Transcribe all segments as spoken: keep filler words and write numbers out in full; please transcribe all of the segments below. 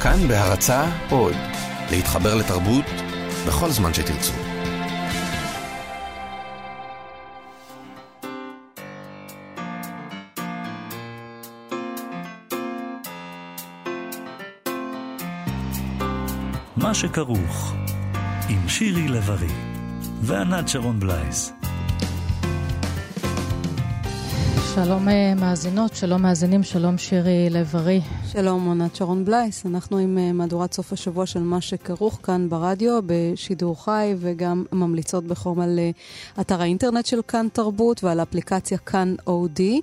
כאן בהרצאה עוד, להתחבר לתרבות בכל זמן שתרצו. מה שכרוך עם שירי לב-ארי וענת שרון בלייס. שלום מאזינות, שלום מאזינים, שלום שירי לב-ארי. שלום ענת שרון בלייס, אנחנו עם מהדורת סוף השבוע של מה שכרוך כאן ברדיו, בשידור חי, וגם ממליצות בחום על אתר האינטרנט של כאן תרבות ועל האפליקציה כאן אודי.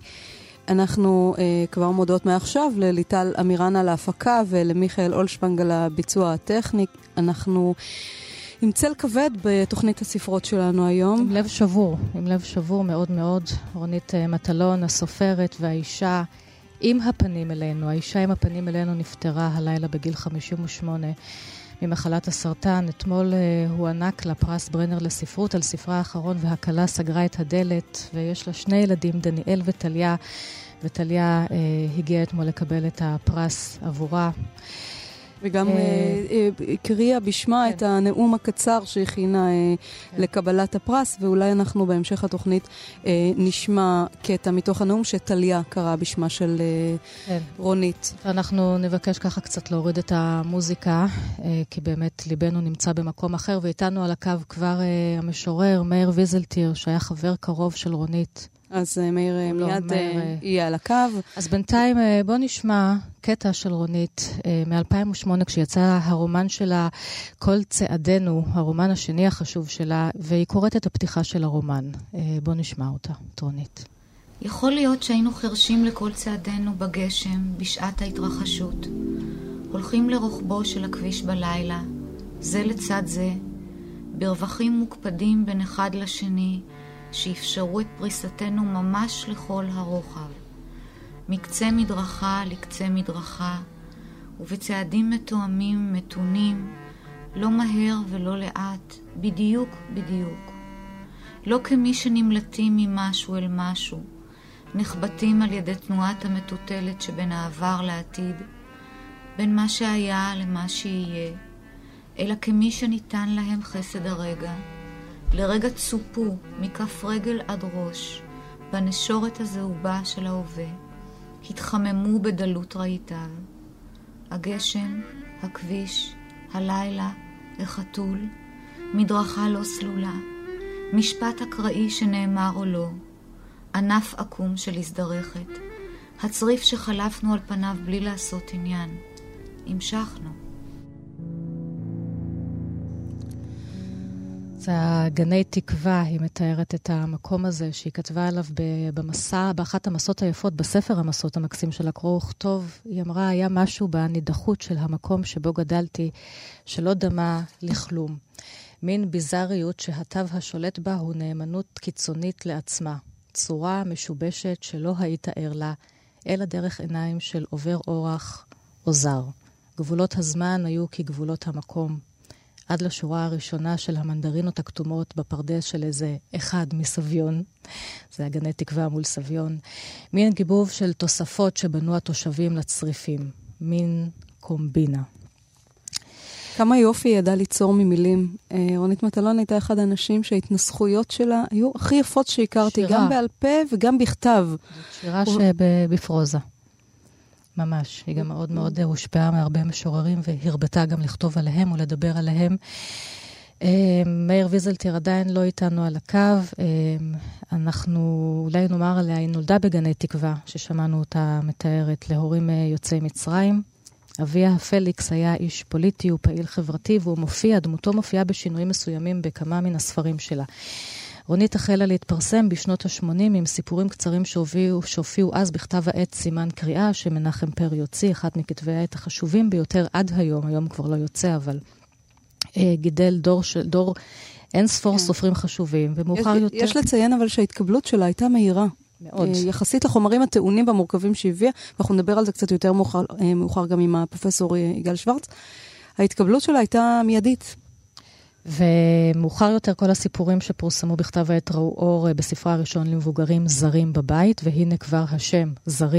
אנחנו אה, כבר מודות מעכשיו לליטל אמירן על ההפקה ולמיכאל אולשפנג על הביצוע הטכני. אנחנו עם צל כבד בתוכנית הספרות שלנו היום. עם לב שבור, עם לב שבור מאוד מאוד. רונית מטלון, הסופרת והאישה עם הפנים אלינו. האישה עם הפנים אלינו נפטרה הלילה בגיל חמישים ושמונה ממחלת הסרטן. אתמול אה, הוא ענק לה פרס ברנר לספרות על ספרה האחרון, והקלה סגרה את הדלת, ויש לה שני ילדים, דניאל וטליה, וטליה אה, הגיעה אתמול לקבל את הפרס עבורה. וגם קריאה בשמה את הנאום הקצר שהכינה לקבלת הפרס, ואולי אנחנו בהמשך התוכנית נשמע קטע מתוך הנאום שטליה קרא בשמה של רונית. אנחנו נבקש ככה קצת להוריד את המוזיקה, כי באמת ליבנו נמצא במקום אחר, ואיתנו על הקו כבר המשורר מאיר ויזלטיר, שהיה חבר קרוב של רונית. אז מאיר מיד יהיה על הקו. אז בינתיים בוא נשמע קטע של רונית מ-אלפיים ושמונה, כשיצא הרומן שלה כל צעדינו, הרומן השני החשוב שלה, והיא קוראת את הפתיחה של הרומן. בוא נשמע אותה, רונית. יכול להיות שהיינו חרשים לכל צעדינו בגשם, בשעת ההתרחשות. הולכים לרוחבו של הכביש בלילה, זה לצד זה, ברווחים מוקפדים בין אחד לשני, שאפשרו את פריסתנו ממש לכל הרוחב. מקצה מדרכה לקצה מדרכה, ובצעדים מתואמים, מתונים, לא מהר ולא לאט, בדיוק בדיוק. לא כמי שנמלטים ממשהו אל משהו, נחבטים על ידי תנועת המטוטלת שבין העבר לעתיד, בין מה שהיה למה שיהיה, אלא כמי שניתן להם חסד הרגע, לרגע צופו מכף רגל עד ראש, בנשורת הזהובה של ההווה, התחממו בדלות ראיתיו. הגשם, הכביש, הלילה, החתול, מדרכה לא סלולה, משפט אקראי שנאמר או לא, ענף עקום של הזדרכת, הצריף שחלפנו על פניו בלי לעשות עניין. המשכנו. זה הגני תקווה, היא מתארת את המקום הזה שהיא כתבה עליו במסע, באחת המסעות היפות, בספר המסעות המקסים של הקרוא וכתוב. היא אמרה, היה משהו בנידחות של המקום שבו גדלתי, שלא דמה לכלום. מין ביזריות שהטו השולט בה הוא נאמנות קיצונית לעצמה. צורה משובשת שלא היית ער לה, אלא דרך עיניים של עובר אורח או זר. גבולות הזמן היו כגבולות המקום. עד לשורה הראשונה של המנדרינות הכתומות בפרדס של איזה אחד מסביון. זה הגני תקווה מול סביון. מין גיבוב של תוספות שבנו התושבים לצריפים. מין קומבינה. כמה יופי ידע ליצור ממילים. רונית מטלון הייתה אחד האנשים שההתנסחויות שלה היו הכי יפות שהכרתי, גם בעל פה וגם בכתב. שירה שבפרוזה. ממש. היא גם מאוד מאוד הושפעה מהרבה משוררים, והרבתה גם לכתוב עליהם ולדבר עליהם. מאיר ויזלטיר עדיין לא איתנו על הקו. אנחנו אולי נאמר עליה, היא נולדה בגני תקווה, ששמענו אותה מתארת להורים יוצאי מצרים. אביה פליקס היה איש פוליטי ופעיל חברתי, והוא מופיע, דמותו מופיעה בשינויים מסוימים בכמה מן הספרים שלה. רונית החלה להתפרסם בשנות ה-שמונים עם סיפורים קצרים שהופיעו, שהופיעו אז בכתב העת סימן קריאה, שמנחם פר יוציא, אחד מכתבי העת החשובים ביותר עד היום, היום כבר לא יוצא, אבל אה, גידל דור, של, דור אין ספור כן. סופרים חשובים, ומאוחר יש, יותר... יש לציין אבל שההתקבלות שלה הייתה מהירה. מאוד. יחסית לחומרים הטעונים והמורכבים שהביאה, ואנחנו נדבר על זה קצת יותר מאוחר, מאוחר גם עם הפרופסור יגאל שוורץ, ההתקבלות שלה הייתה מיידית. ומאוחר יותר כל הסיפורים שפורסמו בכתב העת ראו אור בספרה הראשון למבוגרים זרים בבית, והנה כבר השם זרים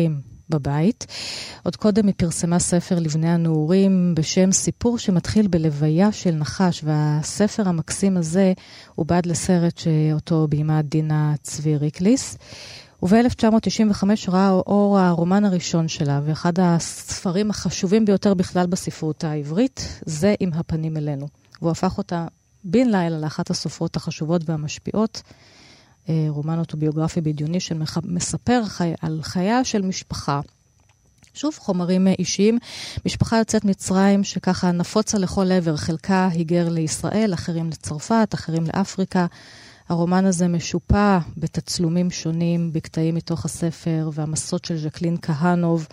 בבית. עוד קודם היא פרסמה ספר לבני הנעורים בשם סיפור שמתחיל בלוויה של נחש, והספר המקסים הזה הוא בעד לסרט שאותו ביימה דינה צבי ריקליס. וב-אלף תשע מאות תשעים וחמש ראה אור הרומן הראשון שלה, ואחד הספרים החשובים ביותר בכלל בספרות העברית, זה עם הפנים אלינו. והוא הפך אותה בן לילה לאחת הסופרות החשובות והמשפיעות, רומן אוטוביוגרפי בדיוני שמספר חי... על חייה של משפחה. שוב, חומרים אישיים. משפחה יוצאת מצרים שככה נפוצה לכל עבר. חלקה היגר לישראל, אחרים לצרפת, אחרים לאפריקה. הרומן הזה משופע בתצלומים שונים, בקטעים מתוך הספר, והמסות של ז'קלין כהנוב,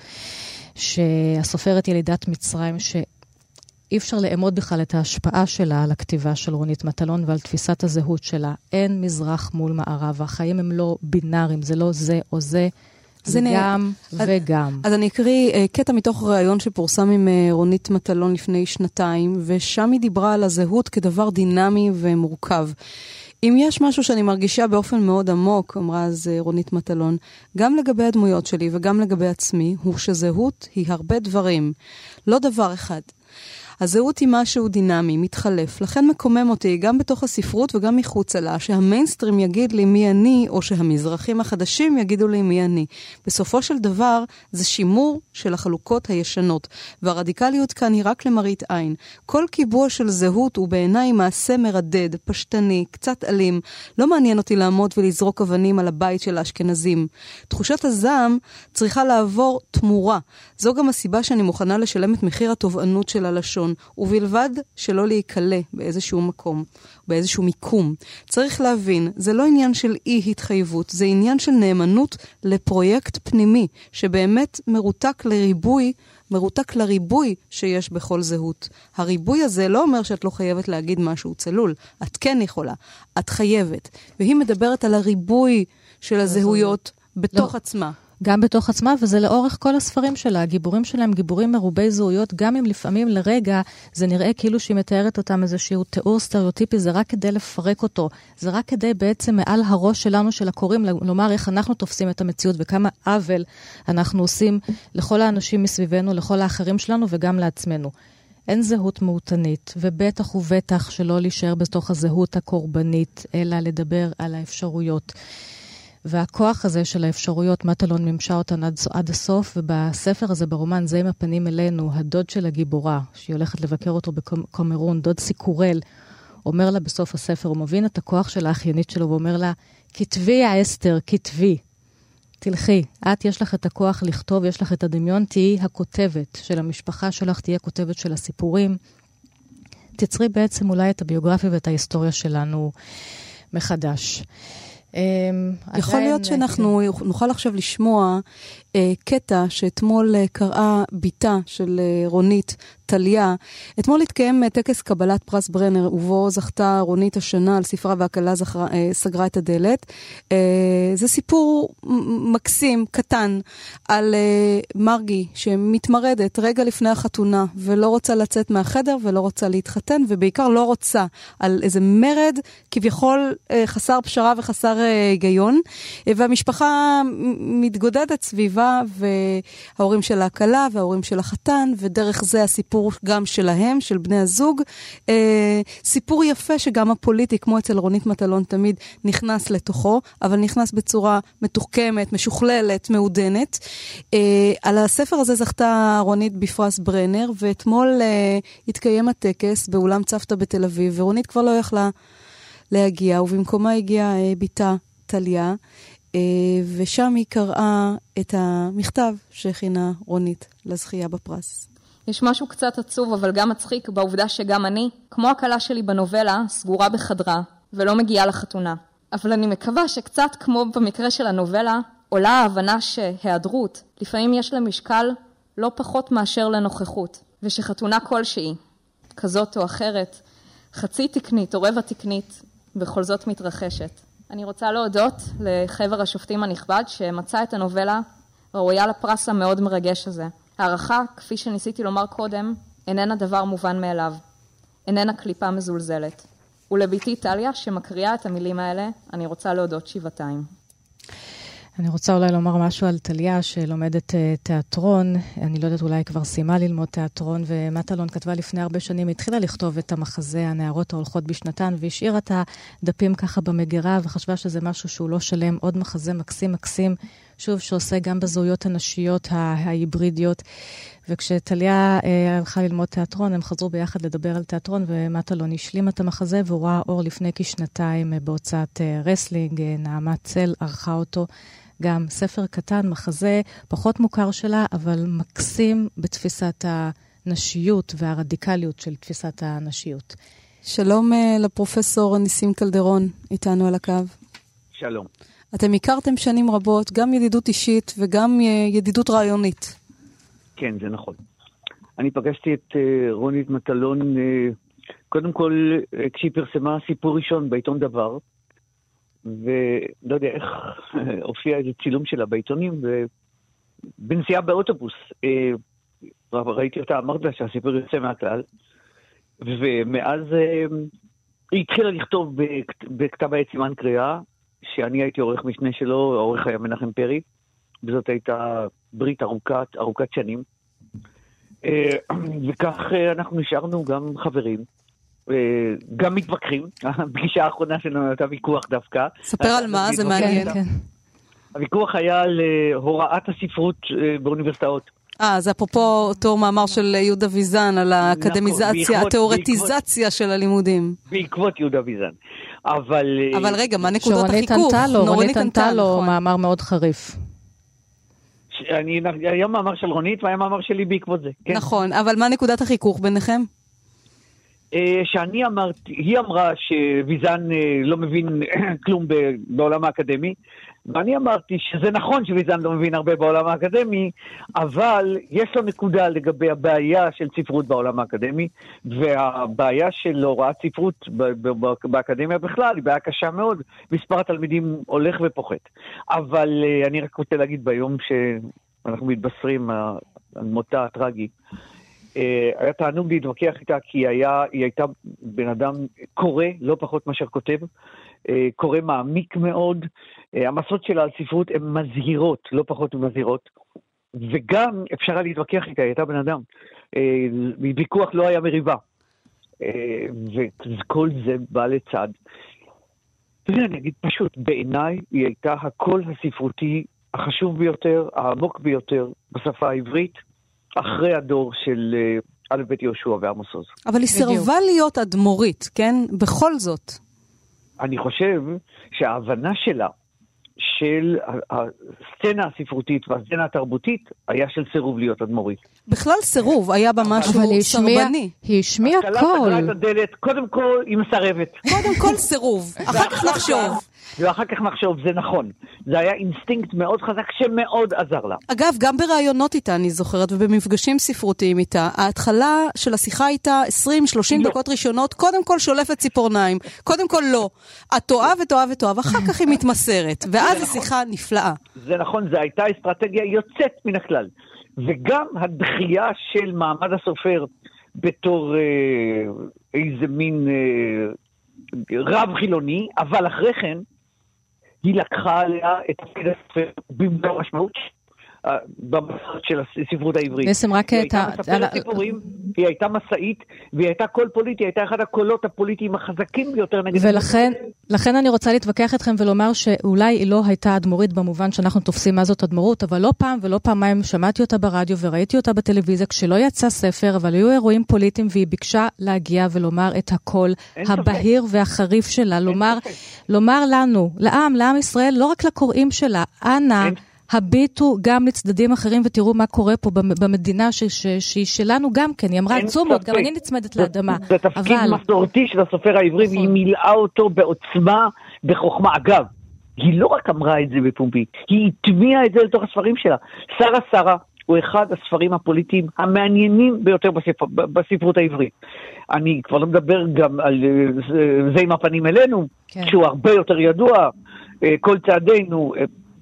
שהסופרת ילידת מצרים, שאי אפשר לאמוד בכלל את ההשפעה שלה על הכתיבה של רונית מטלון ועל תפיסת הזהות שלה. אין מזרח מול מערב. החיים הם לא בינאריים, זה לא זה או זה, זה גם וגם. אז אני אקריא קטע מתוך ראיון שפורסם עם רונית מטלון לפני שנתיים, ושם היא דיברה על הזהות כדבר דינמי ומורכב. אם יש משהו שאני מרגישה באופן מאוד עמוק, אמרה אז רונית מטלון, גם לגבי הדמויות שלי וגם לגבי עצמי, הוא שזהות היא הרבה דברים, לא דבר אחד. הזהות היא משהו דינמי, מתחלף. לכן מקומם אותי גם בתוך הספרות וגם מחוץ לה, שהמיינסטרים יגיד לי מי אני, או שהמזרחים החדשים יגידו לי מי אני. בסופו של דבר, זה שימור של החלוקות הישנות, והרדיקליות כאן היא רק למראית עין. כל קיבוע של זהות הוא בעיניי מעשה מרדד, פשטני, קצת אלים. לא מעניין אותי לעמוד ולזרוק אבנים על הבית של האשכנזים. תחושת הזעם צריכה לעבור תמורה. זו גם הסיבה שאני מוכנה לשלם את מחיר התובענות של הלשון. ובלבד שלא להיקלה באיזשהו מקום, באיזשהו מיקום. צריך להבין, זה לא עניין של אי התחייבות, זה עניין של נאמנות לפרויקט פנימי, שבאמת מרותק לריבוי, מרותק לריבוי שיש בכל זהות. הריבוי הזה לא אומר שאת לא חייבת להגיד משהו צלול, את כן יכולה, את חייבת. והיא מדברת על הריבוי של הזהויות בתוך עצמה. גם בתוך עצמה, וזה לאורך כל הספרים שלה. הגיבורים שלהם גיבורים מרובי זהויות, גם אם לפעמים לרגע זה נראה כאילו שהיא מתארת אותם איזשהו תיאור סטריאוטיפי, זה רק כדי לפרק אותו. זה רק כדי בעצם מעל הראש שלנו של הקוראים, לומר איך אנחנו תופסים את המציאות, וכמה עוול אנחנו עושים לכל האנשים מסביבנו, לכל האחרים שלנו, וגם לעצמנו. אין זהות מהותנית, ובטח ובטח שלא להישאר בתוך הזהות הקורבנית, אלא לדבר על האפשרויות. והכוח הזה של האפשרויות, מטלון ממשה אותן עד, עד הסוף, ובספר הזה, ברומן, זה עם הפנים אלינו, הדוד של הגיבורה, שהיא הולכת לבקר אותו בקומרון, דוד סיקורל, אומר לה בסוף הספר, הוא מבין את הכוח של האחיינית שלו, ואומר לה, כתבי יא אסתר, כתבי, תלכי, את יש לך את הכוח לכתוב, יש לך את הדמיון, תהי הכותבת של המשפחה שלך, תהי הכותבת של הסיפורים, תצרי בעצם אולי את הביוגרפיה ואת ההיסטוריה שלנו מחדש. יכול להיות שאנחנו נוכל עכשיו לשמוע קטע שאתמול קראה ביתה של רונית טליה. אתמול התקיים טקס קבלת פרס ברנר, ובו זכתה רונית השנה על ספרה והקלה סגרה את הדלת. זה סיפור מקסים, קטן, על מרגי שמתמרדת רגע לפני החתונה, ולא רוצה לצאת מהחדר ולא רוצה להתחתן, ובעיקר לא רוצה על איזה מרד כביכול חסר פשרה וחסר היגיון, והמשפחה מתגודדת סביבה, וההורים של ההקלה וההורים של החתן, ודרך זה הסיפור גם שלהם, של בני הזוג. אה, סיפור יפה שגם הפוליטי, כמו אצל רונית מטלון תמיד, נכנס לתוכו, אבל נכנס בצורה מתוחכמת, משוכללת, מעודנת. אה, על הספר הזה זכתה רונית בפרס ברנר, ואתמול אה, התקיים הטקס באולם צוותא בתל אביב, ורונית כבר לא יכלה להגיע, ובמקומה הגיעה אה, ביתה טליה, אה, ושם היא קראה את המכתב שהכינה רונית לזכייה בפרס. יש משהו קצת עצוב, אבל גם מצחיק, בעובדה שגם אני, כמו הקלה שלי בנובלה, סגורה בחדרה, ולא מגיעה לחתונה. אבל אני מקווה שקצת כמו במקרה של הנובלה, עולה ההבנה שהיעדרות, לפעמים יש לה משקל לא פחות מאשר לנוכחות, ושחתונה כלשהי, כזאת או אחרת, חצי תקנית או רבע תקנית, בכל זאת מתרחשת. אני רוצה להודות לחבר השופטים הנכבד, שמצא את הנובלה ראויה לפרס המאוד מרגש הזה. הערכה, כפי שניסיתי לומר קודם, איננה דבר מובן מאליו. איננה קליפה מזולזלת. ולביתי טליה, שמקריאה את המילים האלה, אני רוצה להודות שבעתיים. אני רוצה אולי לומר משהו על טליה שלומדת תיאטרון. אני לא יודעת, אולי כבר סיימה ללמוד תיאטרון, ומטלון כתבה לפני הרבה שנים, התחילה לכתוב את המחזה הנערות ההולכות בשנתן, והשאירה את הדפים ככה במגירה, וחשבה שזה משהו שהוא לא שלם. עוד מחזה מקסים מקסים, שוב, שעושה גם בזהויות הנשיות ההיברידיות. וכשטליה אה, הלכה ללמוד תיאטרון, הם חזרו ביחד לדבר על תיאטרון, ומטלון השלים את המחזה, והוא ראה אור לפני כשנתיים בהוצאת אה, רסלינג, אה, נעמה צל ערכה אותו. גם ספר קטן, מחזה פחות מוכר שלה, אבל מקסים בתפיסת הנשיות והרדיקליות של תפיסת הנשיות. שלום uh, לפרופסור ניסים קלדרון, איתנו על הקו. שלום. אתם הכרתם שנים רבות, גם ידידות אישית וגם uh, ידידות רעיונית. כן, זה נכון. אני פגשתי את uh, רונית מטלון, uh, קודם כל, uh, כשהיא פרסמה סיפור ראשון בעיתון דבר, ולא יודע איך הופיע איזה צילום שלה בעיתונים, ובנסיעה באוטובוס ראיתי אותה, אמרת לה שהסיפור יוצא מהכלל, ומאז היא התחילה לכתוב בכתב העת סימן קריאה, שאני הייתי עורך משנה שלו, העורך היה מנחם פרי, וזאת הייתה ברית ארוכת, ארוכת שנים, וכך אנחנו נשארנו גם חברים, גם מתווכחים. הפגישה האחרונה שלנו הייתה ויכוח דווקא. ספר על מה, זה מעניין. הוויכוח היה על הוראת הספרות באוניברסיטאות. אה, זה אפרופו אותו מאמר של יהודה ויזן על האקדמיזציה, התיאורטיזציה של הלימודים. בעקבות יהודה ויזן. אבל... אבל רגע, מה נקודות החיכוך? רונית ענתה לו מאמר מאוד חריף. היה מאמר של רונית והיה מאמר שלי בעקבות זה. נכון, אבל מה נקודת החיכוך ביניכם? שאני אמרתי, היא אמרה שוויזן לא מבין כלום בעולם האקדמי, ואני אמרתי שזה נכון שוויזן לא מבין הרבה בעולם האקדמי, אבל יש לו נקודה לגבי הבעיה של ספרות בעולם האקדמי, והבעיה של הוראת ספרות באקדמיה בכלל היא בעיה קשה מאוד, מספר התלמידים הולך ופוחת. אבל אני רק רוצה להגיד ביום שאנחנו מתבשרים על מותה הטרגי, היה תענוג להתווכח איתה, כי היה, היא הייתה בן אדם קורא, לא פחות מאשר כותב, קורא מעמיק מאוד, המסות שלה על ספרות הן מזהירות, לא פחות מזהירות, וגם אפשר היה להתווכח איתה, היא הייתה בן אדם, ויכוח לא היה מריבה, וכל זה בא לצד. אני אגיד פשוט, בעיניי היא הייתה הקול הספרותי החשוב ביותר, העמוק ביותר בשפה העברית, אחרי הדור של א' ב' יהושע ועמוס עוז. אבל היא סירבה להיות אדמו"רית, כן? בכל זאת. אני חושב שההבנה שלה של הסצנה הספרותית והסצנה התרבותית היה של סירוב להיות אדמו"רית. בכלל סירוב, היה בה משהו סרבני. היא השמיעה קול. השכלה סגרה את הדלת, קודם כל היא מסרבת. קודם כל סירוב, אחר כך נחשוב. ואחר כך נחשוב, זה נכון. זה היה אינסטינקט מאוד חזק שמאוד עזר לה. אגב, גם ברעיונות איתה, אני זוכרת, ובמפגשים ספרותיים איתה, ההתחלה של השיחה איתה עשרים שלושים לא. דקות ראשונות, קודם כל שולפת ציפורניים, קודם כל לא. את טועה וטועה וטועה, ואחר כך היא מתמסרת, ואז השיחה נפלאה. זה נכון, זו הייתה אסטרטגיה יוצאת מן הכלל. וגם הדחייה של מעמד הסופר בתור אה, איזה מין אה, רב חילוני, אבל אחרי כן, היא לקחה עליה את תפקיד הסופר במלוא המשמעות במסורת של הספרות העברית. נסם רק היא את ה... הייתה מספרת סיפורים, היא הייתה מסעית, והיא הייתה קול פוליטי, היא הייתה אחד הקולות הפוליטיים החזקים ביותר נגד... ולכן לכן אני רוצה להתווכח אתכם ולומר שאולי היא לא הייתה אדמו"רית במובן שאנחנו תופסים מה זאת אדמו"רות, אבל לא פעם ולא פעמיים שמעתי אותה ברדיו וראיתי אותה בטלוויזיה כשלא יצא ספר, אבל היו אירועים פוליטיים והיא ביקשה להגיע ולומר את הקול הבהיר והחריף שלה, לומר, לומר לנו, לעם, לעם ישראל, לא רק לקוראים שלה, אנא, הביטו גם לצדדים אחרים ותראו מה קורה פה במדינה שהיא שלנו גם כן. היא אמרה צומות, גם אני נצמדת לאדמה. זה תפקיד מסורתי של הסופר העברי, והיא מילאה אותו בעוצמה, בחוכמה. אגב, היא לא רק אמרה את זה בפומבי, היא הטמיעה את זה לתוך הספרים שלה. שרה שרה הוא אחד הספרים הפוליטיים המעניינים ביותר בספרות העברית. אני כבר לא מדבר גם על זה עם הפנים אלינו, שהוא הרבה יותר ידוע, כל צעדינו,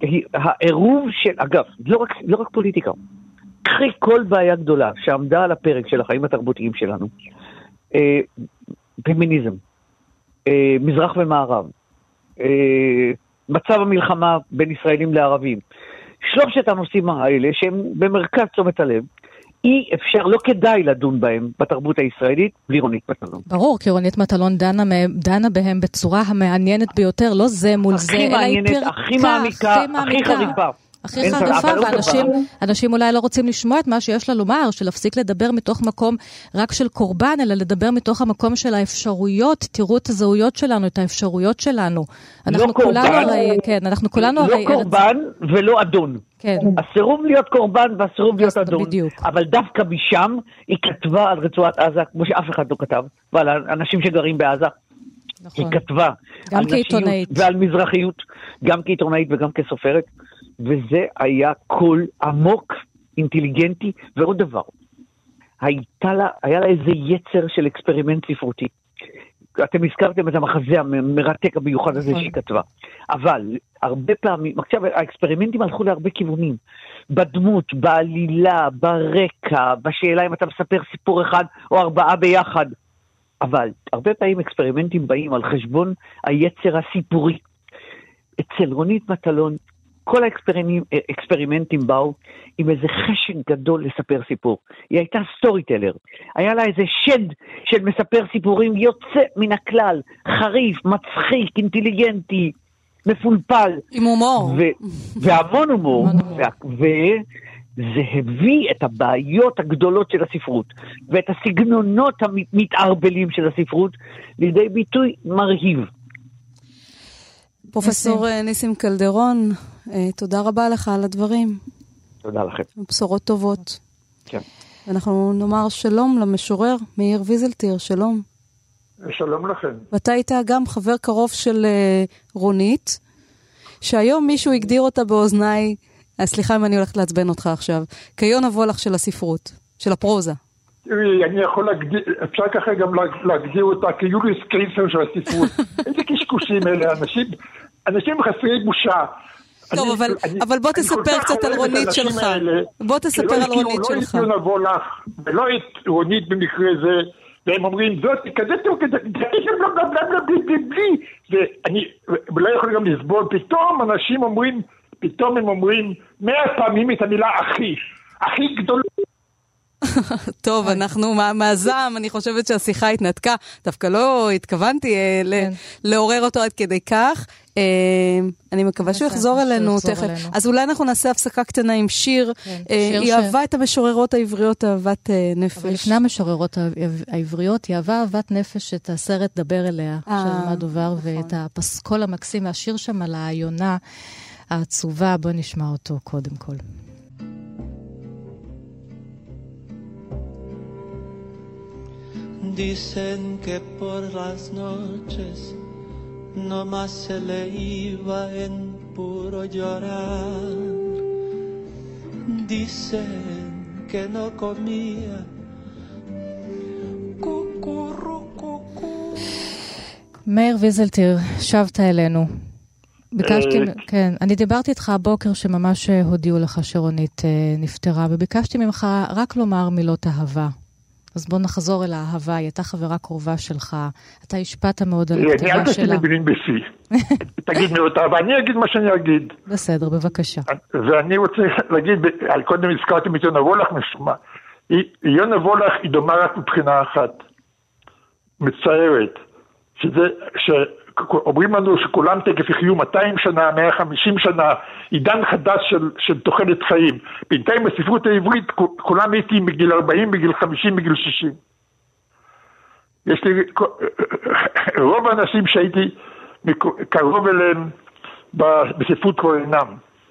העירוב של, אגב, לא רק, לא רק פוליטיקה, קחי כל בעיה גדולה שעמדה על הפרק של החיים התרבותיים שלנו, אה, פמיניזם, אה, מזרח ומערב, אה, מצב המלחמה בין ישראלים לערבים. שלושת הנושאים האלה, שהם במרכז תשומת הלב, אי אפשר, לא כדאי לדון בהם בתרבות הישראלית, בלי רונית מטלון. ברור, כי רונית מטלון דנה, דנה בהם בצורה המעניינת ביותר, לא זה מול זה, אלא היא פרקה, הכי מעמיקה, הכי חריפה. הכי חריפה, ואנשים אנשים אולי לא רוצים לשמוע את מה שיש לה לומר, של להפסיק לדבר מתוך מקום רק של קורבן, אלא לדבר מתוך המקום של האפשרויות. תראו את הזהויות שלנו, את האפשרויות שלנו. אנחנו כולנו הרי, כן, אנחנו כולנו הרי... לא קורבן ולא אדון. כן. הסירוב להיות קורבן והסירוב להיות אדון. אבל דווקא משם היא כתבה על רצועת עזה, כמו שאף אחד לא כתב, ועל אנשים שגרים בעזה. היא כתבה גם כעיתונאית. ועל מזרחיות, גם כעיתונאית וגם כסופרת. וזה היה קול עמוק, אינטליגנטי, ועוד דבר. הייתה לה, היה לה איזה יצר של אקספרימנט ספרותי. אתם הזכרתם את המחזה המרתק המיוחד הזה שהיא כתבה. אבל הרבה פעמים, עכשיו האקספרימנטים הלכו להרבה כיוונים. בדמות, בעלילה, ברקע, בשאלה אם אתה מספר סיפור אחד או ארבעה ביחד. אבל הרבה פעמים אקספרימנטים באים על חשבון היצר הסיפורי. אצל רונית מטלון, כל האקספרימנטים באו עם איזה חשן גדול לספר סיפור. היא הייתה סטורי טלר. היה לה איזה שד של מספר סיפורים יוצא מן הכלל, חריף, מצחיק, אינטליגנטי, מפולפל. עם הומור. ו- והמון הומור. וזה הביא את הבעיות הגדולות של הספרות, ואת הסגנונות המתערבלים של הספרות, לידי ביטוי מרהיב. פרופסור ניסים קלדרון, תודה רבה לך על הדברים. תודה לכם. בשורות טובות. כן. אנחנו נאמר שלום למשורר מאיר ויזלטיר, שלום. שלום לכם. ואתה היית גם חבר קרוב של רונית, שהיום מישהו הגדיר אותה באוזניי, סליחה אם אני הולכת לעצבן אותך עכשיו, כיון הוולך של הספרות, של הפרוזה. אני יכול להגדיר, אפשר ככה גם להגדיר אותה כיוליוס קיסר של הספרות. איזה קשקושים אלה, אנשים, אנשים חסרי בושה. טוב, אבל, אני, אבל בוא תספר קצת על רונית שלך. האלה, בוא תספר על רונית לא שלך. לא את יונה וולך, ולא את רונית במקרה זה, והם אומרים, זאת, כזה טוב, כזה, בלה בלה בלה בלי בלי בלי, ואני לא יכול גם לסבול, פתאום אנשים אומרים, פתאום הם אומרים, מאה פעמים את המילה אחי, הכי גדולה. טוב, אנחנו מהזעם, אני חושבת שהשיחה התנתקה, דווקא לא התכוונתי לעורר אותו עד כדי כך. אני מקווה שהוא יחזור אלינו תכף. אז אולי אנחנו נעשה הפסקה קטנה עם שיר. היא אהבה את המשוררות העבריות, אהבת נפש. אבל לפני המשוררות העבריות, היא אהבה אהבת נפש את הסרט דבר אליה, של מה דובר, ואת הפסקול המקסים, והשיר שם על היונה העצובה. בוא נשמע אותו קודם כל. Dicen que por las noches no más se le iba en puro llorar. Dicen que no comía. Cucurru, cucurru. מאיר ויזלטיר, שבת אלינו. ביקשתי, כן, אני דיברתי איתך הבוקר שממש הודיעו לך שרונית נפטרה, וביקשתי ממך רק לומר מילות אהבה. אז בוא נחזור אל האהבה, היא הייתה חברה קרובה שלך, אתה השפעת מאוד על הכתיבה שלה. אני אל תשים מבינים בסי, תגיד מילות אהבה, אני אגיד מה שאני אגיד. בסדר, בבקשה. ואני רוצה להגיד, קודם הזכרתם את יונה וולך, יונה וולך היא דומה רק מבחינה אחת, מצערת, שזה, שאומרים לנו שכולם תקף יחיו מאתיים שנה, מאה וחמישים שנה, עידן חדש של, של תוחלת חיים. בינתיים בספרות העברית, כולם הייתי מגיל ארבעים, בגיל חמישים, בגיל שישים. יש לי, רוב האנשים שהייתי קרוב אליהם בספרות כבר אינם.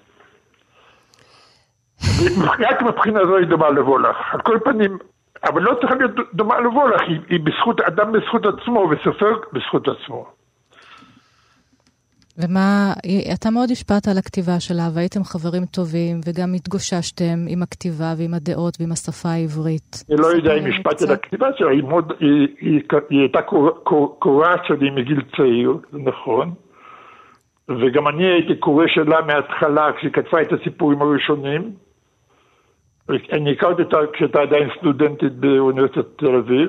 רק מבחינה זו היא דומה לוולך. על כל פנים, אבל לא צריכה להיות דומה לוולך, היא, היא בזכות, אדם בזכות עצמו, וסופר בזכות עצמו. ומה, אתה מאוד השפעת על הכתיבה שלה, והייתם חברים טובים, וגם התגוששתם עם הכתיבה ועם הדעות ועם השפה העברית. אני לא יודע אם השפעתי על הכתיבה שלה, היא, מאוד, היא, היא, היא הייתה קוראת שלי מגיל צעיר, זה נכון, וגם אני הייתי קורא שלה מההתחלה, כשהיא כתבה את הסיפורים הראשונים, אני הכרתי אותה כשהייתה עדיין סטודנטית באוניברסיטת תל אביב,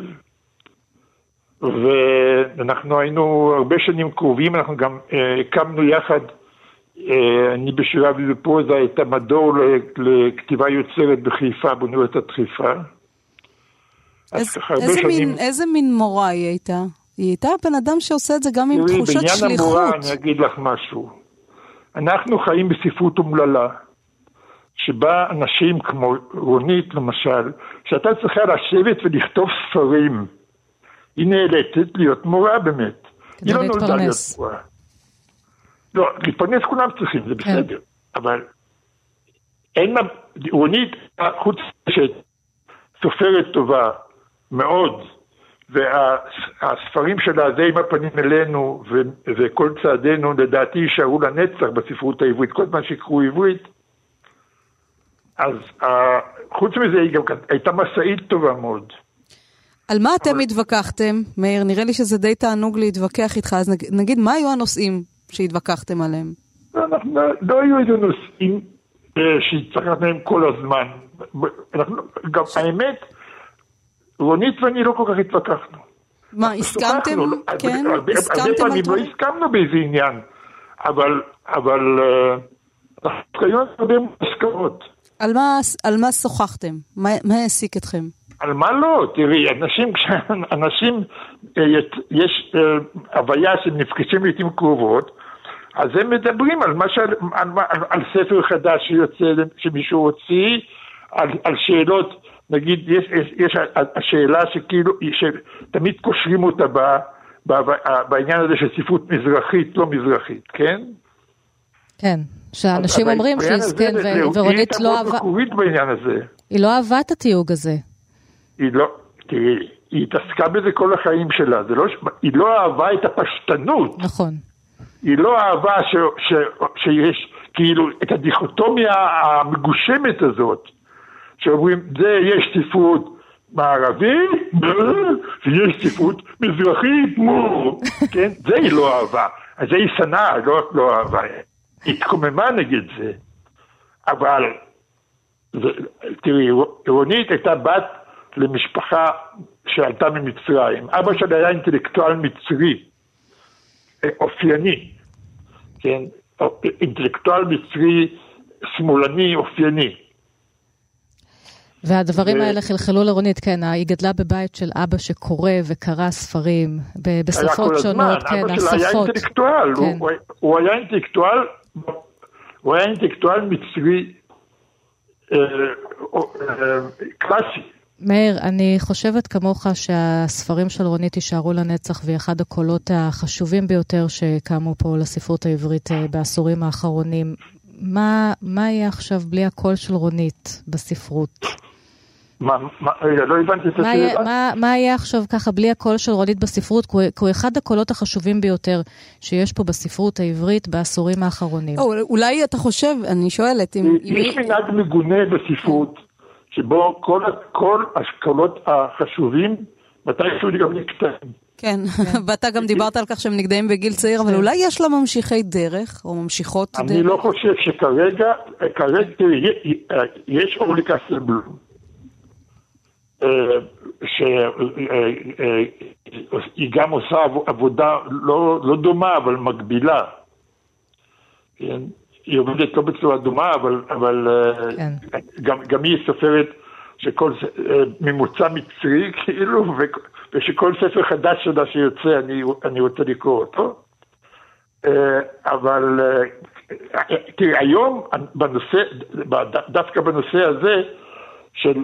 ואנחנו היינו הרבה שנים קרובים, אנחנו גם הקמנו יחד אני בשלב ופרוזה את המדור לכתיבה יוצרת בחיפה, באוניברסיטת חיפה. איזה, איזה, מין, איזה מין מורה היא הייתה? היא הייתה בן אדם שעושה את זה גם עם תחושת שליחות. בעניין המורה אני אגיד לך משהו. אנחנו חיים בספרות אומללה, שבה אנשים כמו רונית למשל, שאתה צריכה לשבת ולכתוב ספרים, היא נאלצת להיות מורה באמת. היא לא נולדה להיות מורה. לא, להתפרנס כולם צריכים, זה בסדר. אבל אין מה, רונית, חוץ שסופרת טובה מאוד, והספרים שלה זה עם הפנים אלינו, וכל צעדינו לדעתי יישארו לנצח בספרות העברית, כל זמן שיקראו עברית. אז חוץ מזה היא גם הייתה מסעית טובה מאוד. על מה אתם התווכחתם, מאיר? נראה לי שזה די תענוג להתווכח איתך, אז נגיד, מה היו הנושאים שהתווכחתם עליהם? לא היו איזה נושאים שהתווכחנו מהם כל הזמן. גם האמת, רונית ואני לא כל כך התווכחנו. מה, הסכמתם? כן, הסכמתם על דברים? לא הסכמנו באיזה עניין, אבל אנחנו היו הרבה הסכמות. על מה שוחחתם? מה העסיק אתכם? על מה לא? תראי, אנשים, אנשים, יש הוויה שנפגשים לעתים קרובות, אז הם מדברים על, משל, על, על, על ספר חדש שיוצא, שמישהו הוציא, על, על שאלות, נגיד, יש, יש, יש השאלה שכאילו, שתמיד קושרים אותה ב, ב, בעניין הזה של ספרות מזרחית, לא מזרחית, כן? כן, שאנשים אומרים שיזכן ורונית לא אהבה... בעניין הזה. היא לא אהבה את התיוג הזה. היא לא, תראי, היא התעסקה בזה כל החיים שלה, זה לא, היא לא אהבה את הפשטנות. נכון. היא לא אהבה ש, ש, שיש כאילו את הדיכוטומיה המגושמת הזאת, שאומרים, זה יש ספרות מערבית, ויש ספרות מזרחית, מו, כן? זה היא לא אהבה. אז זה היא שנאה, לא, לא אהבה. היא התקוממה נגד זה. אבל, זה, תראי, רונית הייתה בת למשפחה שעלתה ממצרים. אבא שלה היה אינטלקטואל מצרי, אופייני, כן? אינטלקטואל מצרי, שמאלני, אופייני. והדברים ו... האלה חלחלו לרונית, כן, היא גדלה בבית של אבא שקורא וקרא ספרים, בשפות שונות, כן, אבא שלה היה אינטלקטואל, כן. הוא, הוא היה אינטלקטואל, הוא היה אינטלקטואל מצרי אה, אה, קלאסי. מאיר, אני חושבת כמוך שהספרים של רונית יישארו לנצח, והיא אחד הקולות החשובים ביותר שקמו פה לספרות העברית בעשורים האחרונים. מה, מה יהיה עכשיו בלי הקול של רונית בספרות? מה, מה, לא הבנתי את השאלה. מה, מה יהיה עכשיו ככה בלי הקול של רונית בספרות? כי הוא אחד הקולות החשובים ביותר שיש פה בספרות העברית בעשורים האחרונים. או, אולי אתה חושב, אני שואלת, אם... יש מנהג מגונה בספרות, שבו כל, כל הקולות החשובים, מתישהו גם נקטעים. כן, ואתה גם דיברת על כך שהם נגדעים בגיל צעיר, אבל אולי יש לה ממשיכי דרך, או ממשיכות דרך? אני לא חושב שכרגע, כרגע, יש אורלי קסלבלום, שהיא גם עושה עבודה לא דומה, אבל מקבילה. היא עובדת לא בצורה דומה, אבל גם היא סופרת שכל ממוצע מצרי, כאילו, ושכל ספר חדש שלה שיוצא, אני, אני רוצה לקרוא אותו. אבל, תראה, היום, בנושא, דווקא בנושא הזה, של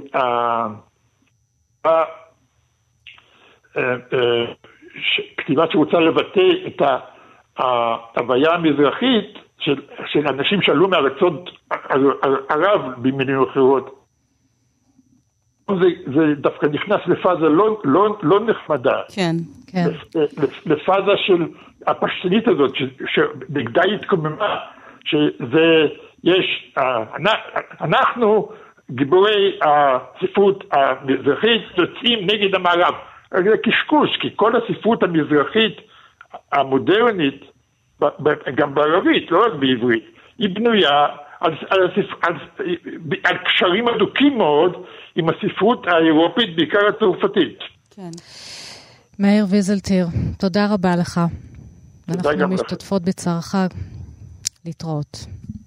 כתיבה שרוצה לבטא את ההוויה המזרחית, של, של אנשים שעלו מארצות ערב במילים אחרות, זה, זה דווקא נכנס לפאזה לא, לא, לא נחמדה. כן, כן. לפאזה של הפשטנית הזאת, שנגדה התקוממה, שזה, יש, אנחנו, גיבורי הספרות המזרחית, יוצאים נגד המערב. זה קשקוש, כי כל הספרות המזרחית המודרנית, גם בערבית, לא רק בעברית, היא בנויה על, על, על, על קשרים אדוקים מאוד עם הספרות האירופית, בעיקר הצרפתית. כן. מאיר ויזלטיר, תודה רבה לך. אנחנו משתתפות בצערך להתראות.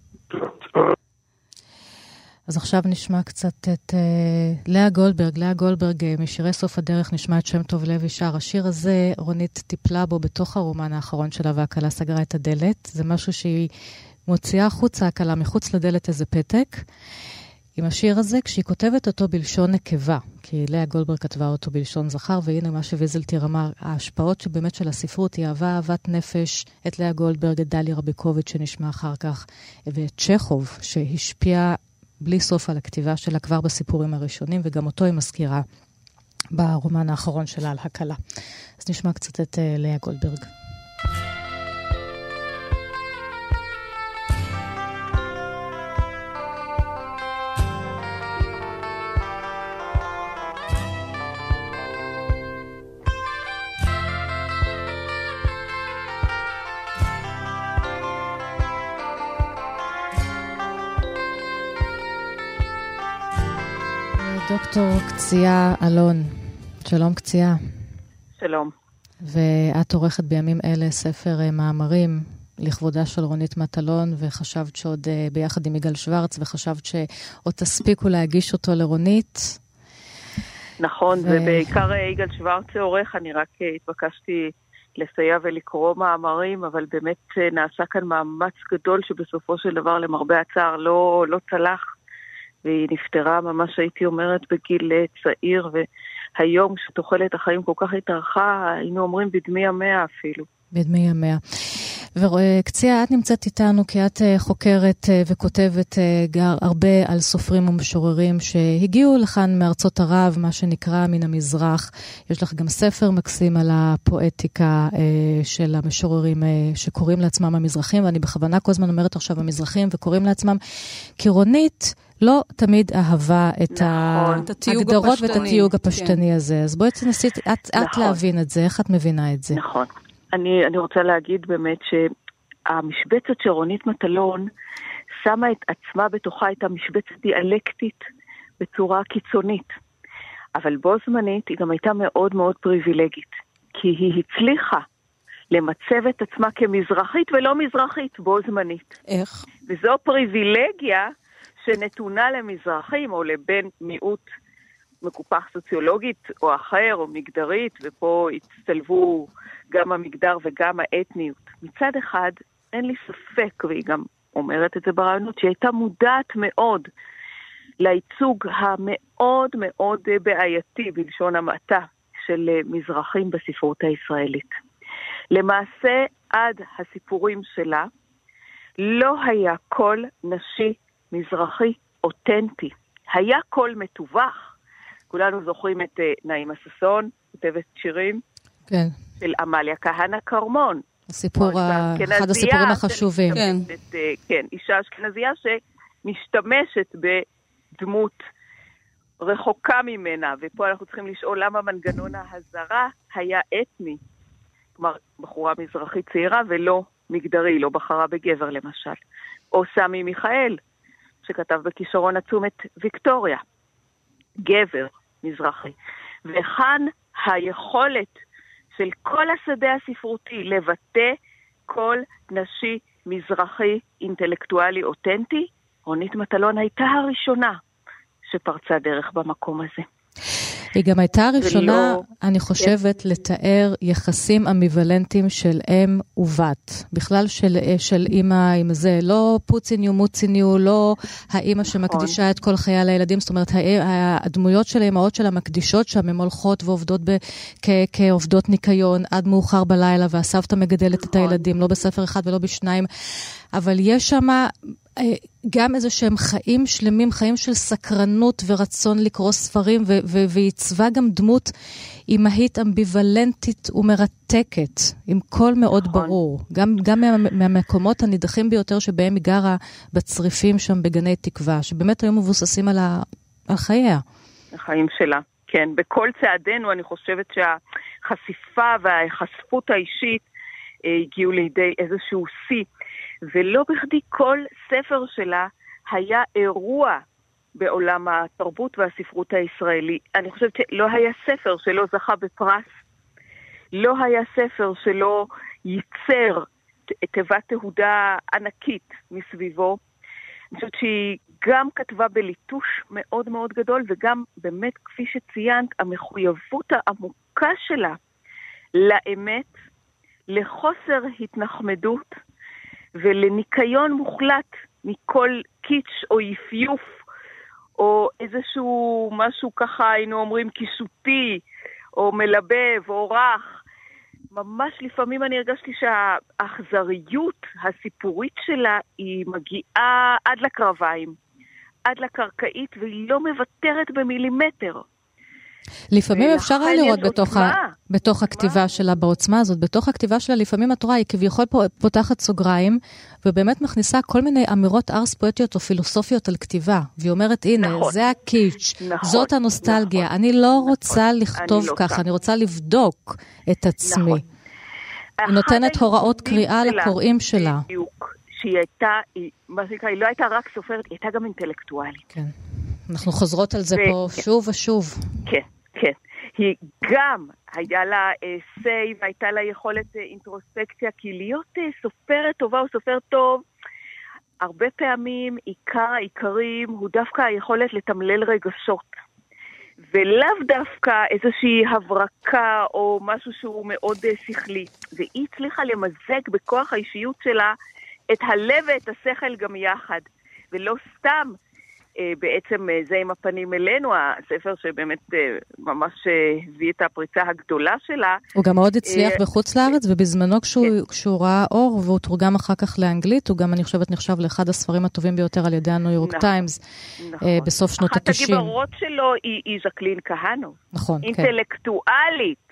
אז עכשיו נשמע קצת את uh, לאה גולדברג. לאה גולדברג, uh, משירי סוף הדרך, נשמע את שם טוב לוי שר. השיר הזה, רונית טיפלה בו בתוך הרומן האחרון שלה, והקלה סגרה את הדלת. זה משהו שהיא מוציאה חוצה, הקלה מחוץ לדלת איזה פתק. עם השיר הזה, כשהיא כותבת אותו בלשון נקבה, כי לאה גולדברג כתבה אותו בלשון זכר, והנה מה שוויזלטיר אמר, ההשפעות שבאמת של הספרות, היא אהבה אהבת נפש, את לאה גולדברג, את דליה רביקוביץ' שנשמע אחר כך, ואת צ'כוב, שהשפיע בלי סוף על הכתיבה שלה כבר בסיפורים הראשונים, וגם אותו היא מזכירה ברומן האחרון שלה על הקלה. אז נשמע קצת את uh, לאה גולדברג. דוקטור קציעה אלון, שלום קציעה. שלום. ואת עורכת בימים אלה ספר מאמרים לכבודה של רונית מטלון, וחשבת שעוד ביחד עם יגאל שוורץ, וחשבת שעוד תספיקו להגיש אותו לרונית. נכון, ו... ובעיקר יגאל שוורץ עורך, אני רק התבקשתי לסייע ולקרוא מאמרים, אבל באמת נעשה כאן מאמץ גדול שבסופו של דבר למרבה הצער לא, לא צלח. והיא נפטרה, ממש הייתי אומרת, בגיל צעיר, והיום שתוחלת החיים כל כך התארכה, היינו אומרים בדמי ימיה אפילו. בדמי ימיה. וקציעה, את נמצאת איתנו כי את חוקרת וכותבת הרבה על סופרים ומשוררים שהגיעו לכאן מארצות ערב, מה שנקרא מן המזרח. יש לך גם ספר מקסים על הפואטיקה של המשוררים שקוראים לעצמם המזרחים, ואני בכוונה כל הזמן אומרת עכשיו המזרחים וקוראים לעצמם, כי רונית לא תמיד אהבה את נכון, ההגדרות ואת התיוג הפשטני כן. הזה. אז בואי תנסי את, נכון. את להבין את זה, איך את מבינה את זה? נכון. אני, אני רוצה להגיד באמת שהמשבצת של רונית מטלון שמה את עצמה בתוכה את המשבצת דיאלקטית בצורה קיצונית. אבל בו זמנית היא גם הייתה מאוד מאוד פריבילגית, כי היא הצליחה למצב את עצמה כמזרחית ולא מזרחית בו זמנית. איך? וזו פריבילגיה שנתונה למזרחים או לבן מיעוט מקופח סוציולוגית או אחר או מגדרית, ופה הצטלבו גם המגדר וגם האתניות. מצד אחד, אין לי ספק, והיא גם אומרת את זה ברעיונות, שהיא הייתה מודעת מאוד לייצוג המאוד מאוד בעייתי בלשון המעטה של מזרחים בספרות הישראלית. למעשה, עד הסיפורים שלה, לא היה קול נשי מזרחי אותנטי. היה קול מתווך. כולנו זוכרים את נעימה ששון, כותבת שירים, כן. של עמליה כהנא כרמון. הסיפור, ה... אחד הסיפורים החשובים. כן. את, כן, אישה אשכנזייה שמשתמשת בדמות רחוקה ממנה, ופה אנחנו צריכים לשאול למה מנגנון ההזרה היה אתני. כלומר, בחורה מזרחית צעירה ולא מגדרי, לא בחרה בגבר למשל. או סמי מיכאל, שכתב בכישרון עצום את ויקטוריה. גבר מזרחי. וכאן היכולת של כל השדה הספרותי לבטא כל נשי מזרחי אינטלקטואלי אותנטי, רונית מטלון הייתה הראשונה שפרצה דרך במקום הזה. היא גם הייתה הראשונה, ולא... אני חושבת, כן. לתאר יחסים אמביוולנטיים של אם ובת. בכלל של, של אמא עם זה, לא פוציניו, מוציניו, לא האמא שמקדישה את כל חיי לילדים, זאת אומרת, הדמויות של האמהות שלה מקדישות שם, הן הולכות ועובדות ב, כ, כעובדות ניקיון עד מאוחר בלילה, והסבתא מגדלת את הילדים, לא בספר אחד ולא בשניים, אבל יש שם גם איזה שהם חיים שלמים, חיים של סקרנות ורצון לקרוא ספרים, ועיצבה גם דמות אימהית אמביוולנטית ומרתקת, עם קול מאוד נכון. ברור. גם, גם מה, מהמקומות הנידחים ביותר שבהם היא גרה בצריפים שם בגני תקווה, שבאמת היו מבוססים על, ה, על חייה. החיים שלה, כן. בכל צעדינו אני חושבת שהחשיפה והחשפות האישית אה, הגיעו לידי איזשהו סי, ולא בכדי כל ספר שלה היה אירוע בעולם התרבות והספרות הישראלי. אני חושבת שלא היה ספר שלא זכה בפרס, לא היה ספר שלא ייצר תיבת תהודה ענקית מסביבו. אני חושבת שהיא גם כתבה בליטוש מאוד מאוד גדול, וגם באמת, כפי שציינת, המחויבות העמוקה שלה לאמת, לחוסר התנחמדות ולניקיון מוחלט מכל קיץ' או יפיוף, או איזשהו משהו ככה, היינו אומרים, קישוטי, או מלבב, או רך. ממש לפעמים אני הרגשתי שהאכזריות הסיפורית שלה היא מגיעה עד לקרביים, עד לקרקעית, והיא לא מוותרת במילימטר. לפעמים אפשר היה לראות בתוך, ה... בתוך הכתיבה שלה, בעוצמה הזאת, בתוך הכתיבה שלה, לפעמים התורה היא כביכול פותחת סוגריים, ובאמת מכניסה כל מיני אמירות ארס פואטיות או פילוסופיות על כתיבה, והיא אומרת, הנה, נכון. זה הקיץ', נכון, זאת הנוסטלגיה, נכון. אני לא רוצה נכון. לכתוב אני לא ככה, אני רוצה לבדוק את עצמי. נכון. היא נותנת הוראות קריאה שלה, לקוראים שלה. בדיוק, שהיא הייתה, היא, מה שנקרא, היא לא הייתה רק סופרת, היא הייתה גם אינטלקטואלית. כן. אנחנו חוזרות על זה ו... פה כן. שוב ושוב. כן. כן, היא גם היה לה סי והייתה לה יכולת אינטרוספקציה, כי להיות סופרת טובה או סופר טוב, הרבה פעמים עיקר העיקרים הוא דווקא היכולת לתמלל רגשות, ולאו דווקא איזושהי הברקה או משהו שהוא מאוד שכלי. והיא הצליחה למזג בכוח האישיות שלה את הלב ואת השכל גם יחד, ולא סתם בעצם זה עם הפנים אלינו, הספר שבאמת ממש הביא את הפריצה הגדולה שלה. הוא גם מאוד הצליח בחוץ לארץ, ובזמנו כשהוא ראה אור, והוא תורגם אחר כך לאנגלית, הוא גם, אני חושבת, נחשב לאחד הספרים הטובים ביותר על ידי הניו יורק טיימס, בסוף שנות ה-תשעים. אחת הגיבורות שלו היא ז'קלין כהנו. נכון, כן. אינטלקטואלית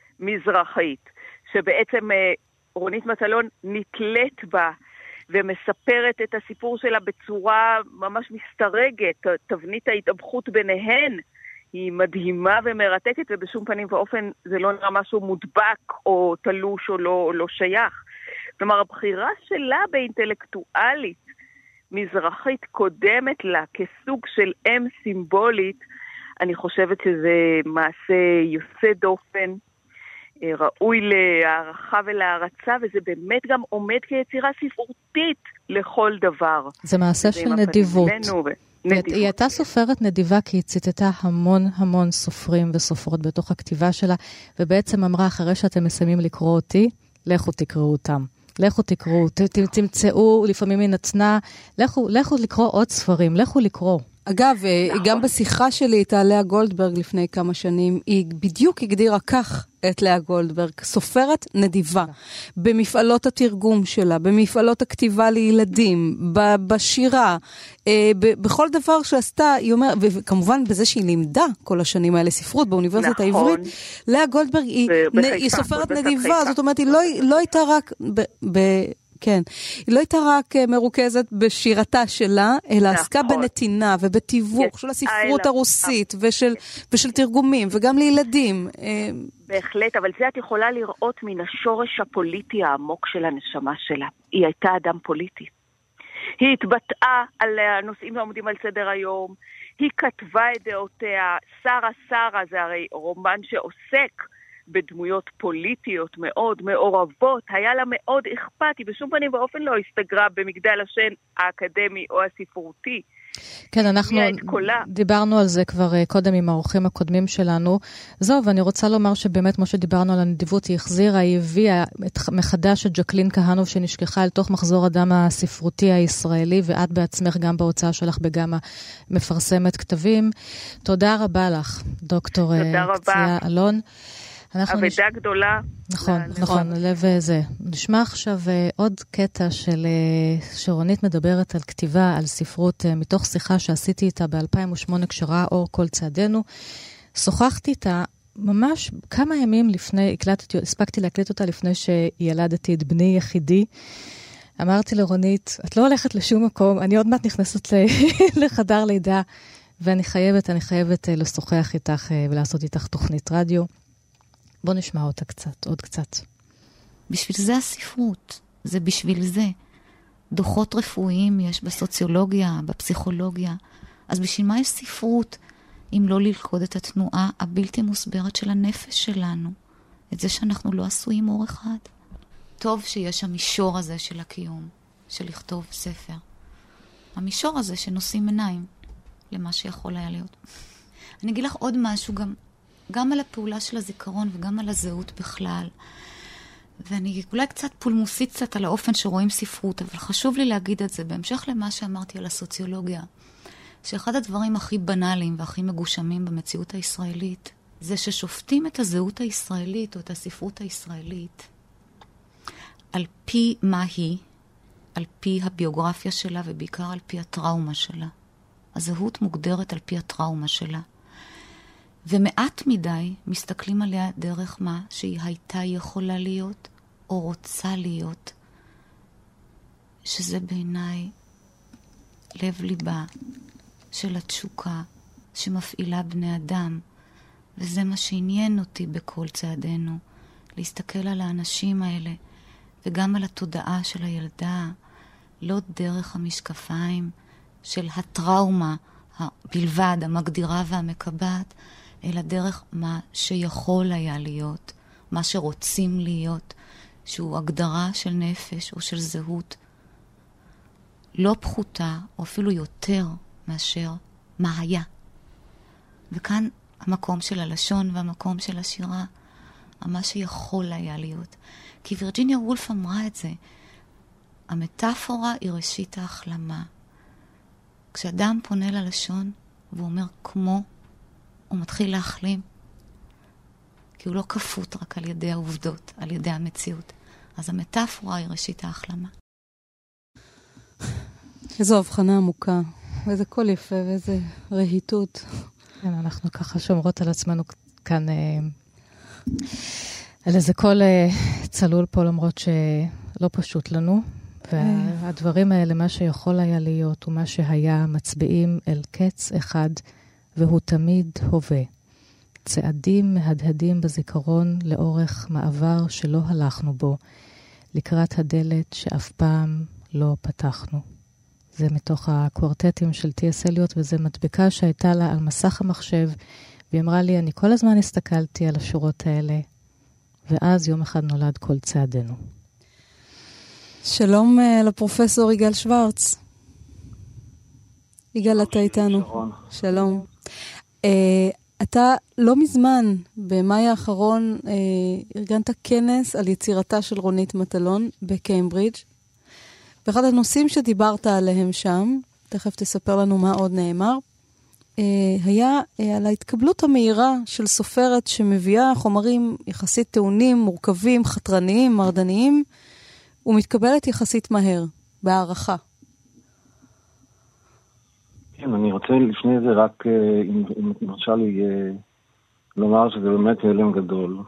מזרחית, שבעצם רונית מטלון נתלית בה, ומספרת את הסיפור שלה בצורה ממש מסתרגת. תבנית ההתאבכות ביניהן היא מדהימה ומרתקת, ובשום פנים ואופן זה לא נראה משהו מודבק או תלוש או לא, לא שייך. כלומר, הבחירה שלה באינטלקטואלית מזרחית קודמת לה כסוג של אם סימבולית, אני חושבת שזה מעשה יוצא דופן, ראוי להערכה ולהערצה, וזה באמת גם עומד כיצירה ספרותית לכל דבר. זה מעשה של נדיבות. היא הייתה סופרת נדיבה, כי היא ציטטה המון המון סופרים וסופרות בתוך הכתיבה שלה, ובעצם אמרה, אחרי שאתם מסיימים לקרוא אותי, לכו תקראו אותם. לכו תקראו, תמצאו, לפעמים היא נתנה, לכו, לכו לקרוא עוד ספרים, לכו לקרוא. אגב, גם בשיחה שלי איתה לאה גולדברג לפני כמה שנים, היא בדיוק הגדירה כך את לאה גולדברג, סופרת נדיבה, במפעלות התרגום שלה, במפעלות הכתיבה לילדים, בשירה, בכל דבר שעשתה, היא אומרת, וכמובן בזה שהיא לימדה כל השנים האלה ספרות באוניברסיטה העברית, לאה גולדברג היא סופרת נדיבה, זאת אומרת, היא לא הייתה רק ב... כן, היא לא הייתה רק מרוכזת בשירתה שלה, אלא עסקה בנתינה ובתיווך של הספרות הרוסית ושל, ושל תרגומים, וגם לילדים. בהחלט, אבל זה את יכולה לראות מן השורש הפוליטי העמוק של הנשמה שלה. היא הייתה אדם פוליטי. היא התבטאה על הנושאים העומדים על סדר היום, היא כתבה את דעותיה, שרה שרה, זה הרי רומן שעוסק בדמויות פוליטיות מאוד מעורבות, היה לה מאוד אכפת, היא בשום פנים באופן לא הסתגרה במגדל השן האקדמי או הספרותי. כן, אנחנו דיברנו על זה כבר קודם עם האורחים הקודמים שלנו. זהו, ואני רוצה לומר שבאמת, כמו שדיברנו על הנדיבות, היא החזירה, היא הביאה מחדש את ז'קלין כהנו, שנשכחה אל תוך מחזור הדם הספרותי הישראלי, ואת בעצמך גם בהוצאה שלך בגמה מפרסמת כתבים. תודה רבה לך, דוקטור קציעה אלון. אבדה נש... גדולה. נכון, נכון, לב זה. נשמע עכשיו עוד קטע של שרונית מדברת על כתיבה, על ספרות, מתוך שיחה שעשיתי איתה ב-אלפיים ושמונה כשראה אור כל צעדינו. שוחחתי איתה ממש כמה ימים לפני, הקלטתי, הספקתי להקליט אותה לפני שילדתי את בני יחידי. אמרתי לרונית, את לא הולכת לשום מקום, אני עוד מעט נכנסת לחדר לידה, ואני חייבת, אני חייבת לשוחח איתך ולעשות איתך תוכנית רדיו. בוא נשמע אותה קצת, עוד קצת. בשביל זה הספרות, זה בשביל זה. דוחות רפואיים יש בסוציולוגיה, בפסיכולוגיה. אז בשביל מה יש ספרות, אם לא ללכוד את התנועה הבלתי מוסברת של הנפש שלנו? את זה שאנחנו לא עשויים אור אחד. טוב שיש המישור הזה של הקיום, של לכתוב ספר. המישור הזה שנושאים עיניים למה שיכול היה להיות. אני אגיד לך עוד משהו גם, גם על הפעולה של הזיכרון וגם על הזהות בכלל. ואני אולי קצת פולמוסית קצת על האופן שרואים ספרות, אבל חשוב לי להגיד את זה, בהמשך למה שאמרתי על הסוציולוגיה, שאחד הדברים הכי בנאליים והכי מגושמים במציאות הישראלית, זה ששופטים את הזהות הישראלית או את הספרות הישראלית על פי מה היא, על פי הביוגרפיה שלה ובעיקר על פי הטראומה שלה. הזהות מוגדרת על פי הטראומה שלה. ומעט מדי מסתכלים עליה דרך מה שהיא הייתה יכולה להיות או רוצה להיות, שזה בעיניי לב ליבה של התשוקה שמפעילה בני אדם, וזה מה שעניין אותי בכל צעדינו, להסתכל על האנשים האלה וגם על התודעה של הילדה, לא דרך המשקפיים של הטראומה בלבד, המגדירה והמקבעת, אלא דרך מה שיכול היה להיות, מה שרוצים להיות, שהוא הגדרה של נפש או של זהות, לא פחותה, או אפילו יותר מאשר מה היה. וכאן המקום של הלשון והמקום של השירה, מה שיכול היה להיות. כי וירג'יניה וולף אמרה את זה, המטאפורה היא ראשית ההחלמה. כשאדם פונה ללשון והוא אומר כמו, הוא מתחיל להחלים. כי הוא לא כפות רק על ידי העובדות, על ידי המציאות. אז המטאפורה היא ראשית ההחלמה. איזו הבחנה עמוקה, ואיזה קול יפה, ואיזה רהיטות. כן, אנחנו ככה שומרות על עצמנו כאן, אה, על איזה קול אה, צלול פה, למרות שלא פשוט לנו. והדברים האלה, מה שיכול היה להיות ומה שהיה, מצביעים אל קץ אחד, והוא תמיד הווה. צעדים מהדהדים בזיכרון לאורך מעבר שלא הלכנו בו, לקראת הדלת שאף פעם לא פתחנו. זה מתוך הקוורטטים של טי אס אליוט, וזה מדבקה שהייתה לה על מסך המחשב, והיא אמרה לי, אני כל הזמן הסתכלתי על השורות האלה, ואז יום אחד נולד כל צעדינו. שלום uh, לפרופסור יגאל שוורץ. יגאל, אתה איתנו. שרון. שלום. Uh, אתה לא מזמן, במאי האחרון, uh, ארגנת כנס על יצירתה של רונית מטלון בקיימברידג'. ואחד הנושאים שדיברת עליהם שם, תכף תספר לנו מה עוד נאמר, uh, היה uh, על ההתקבלות המהירה של סופרת שמביאה חומרים יחסית טעונים, מורכבים, חתרניים, מרדניים, ומתקבלת יחסית מהר, בהערכה. כן, אני רוצה לפני זה רק, אם, אם מרשה לי, לומר שזה באמת הלם גדול.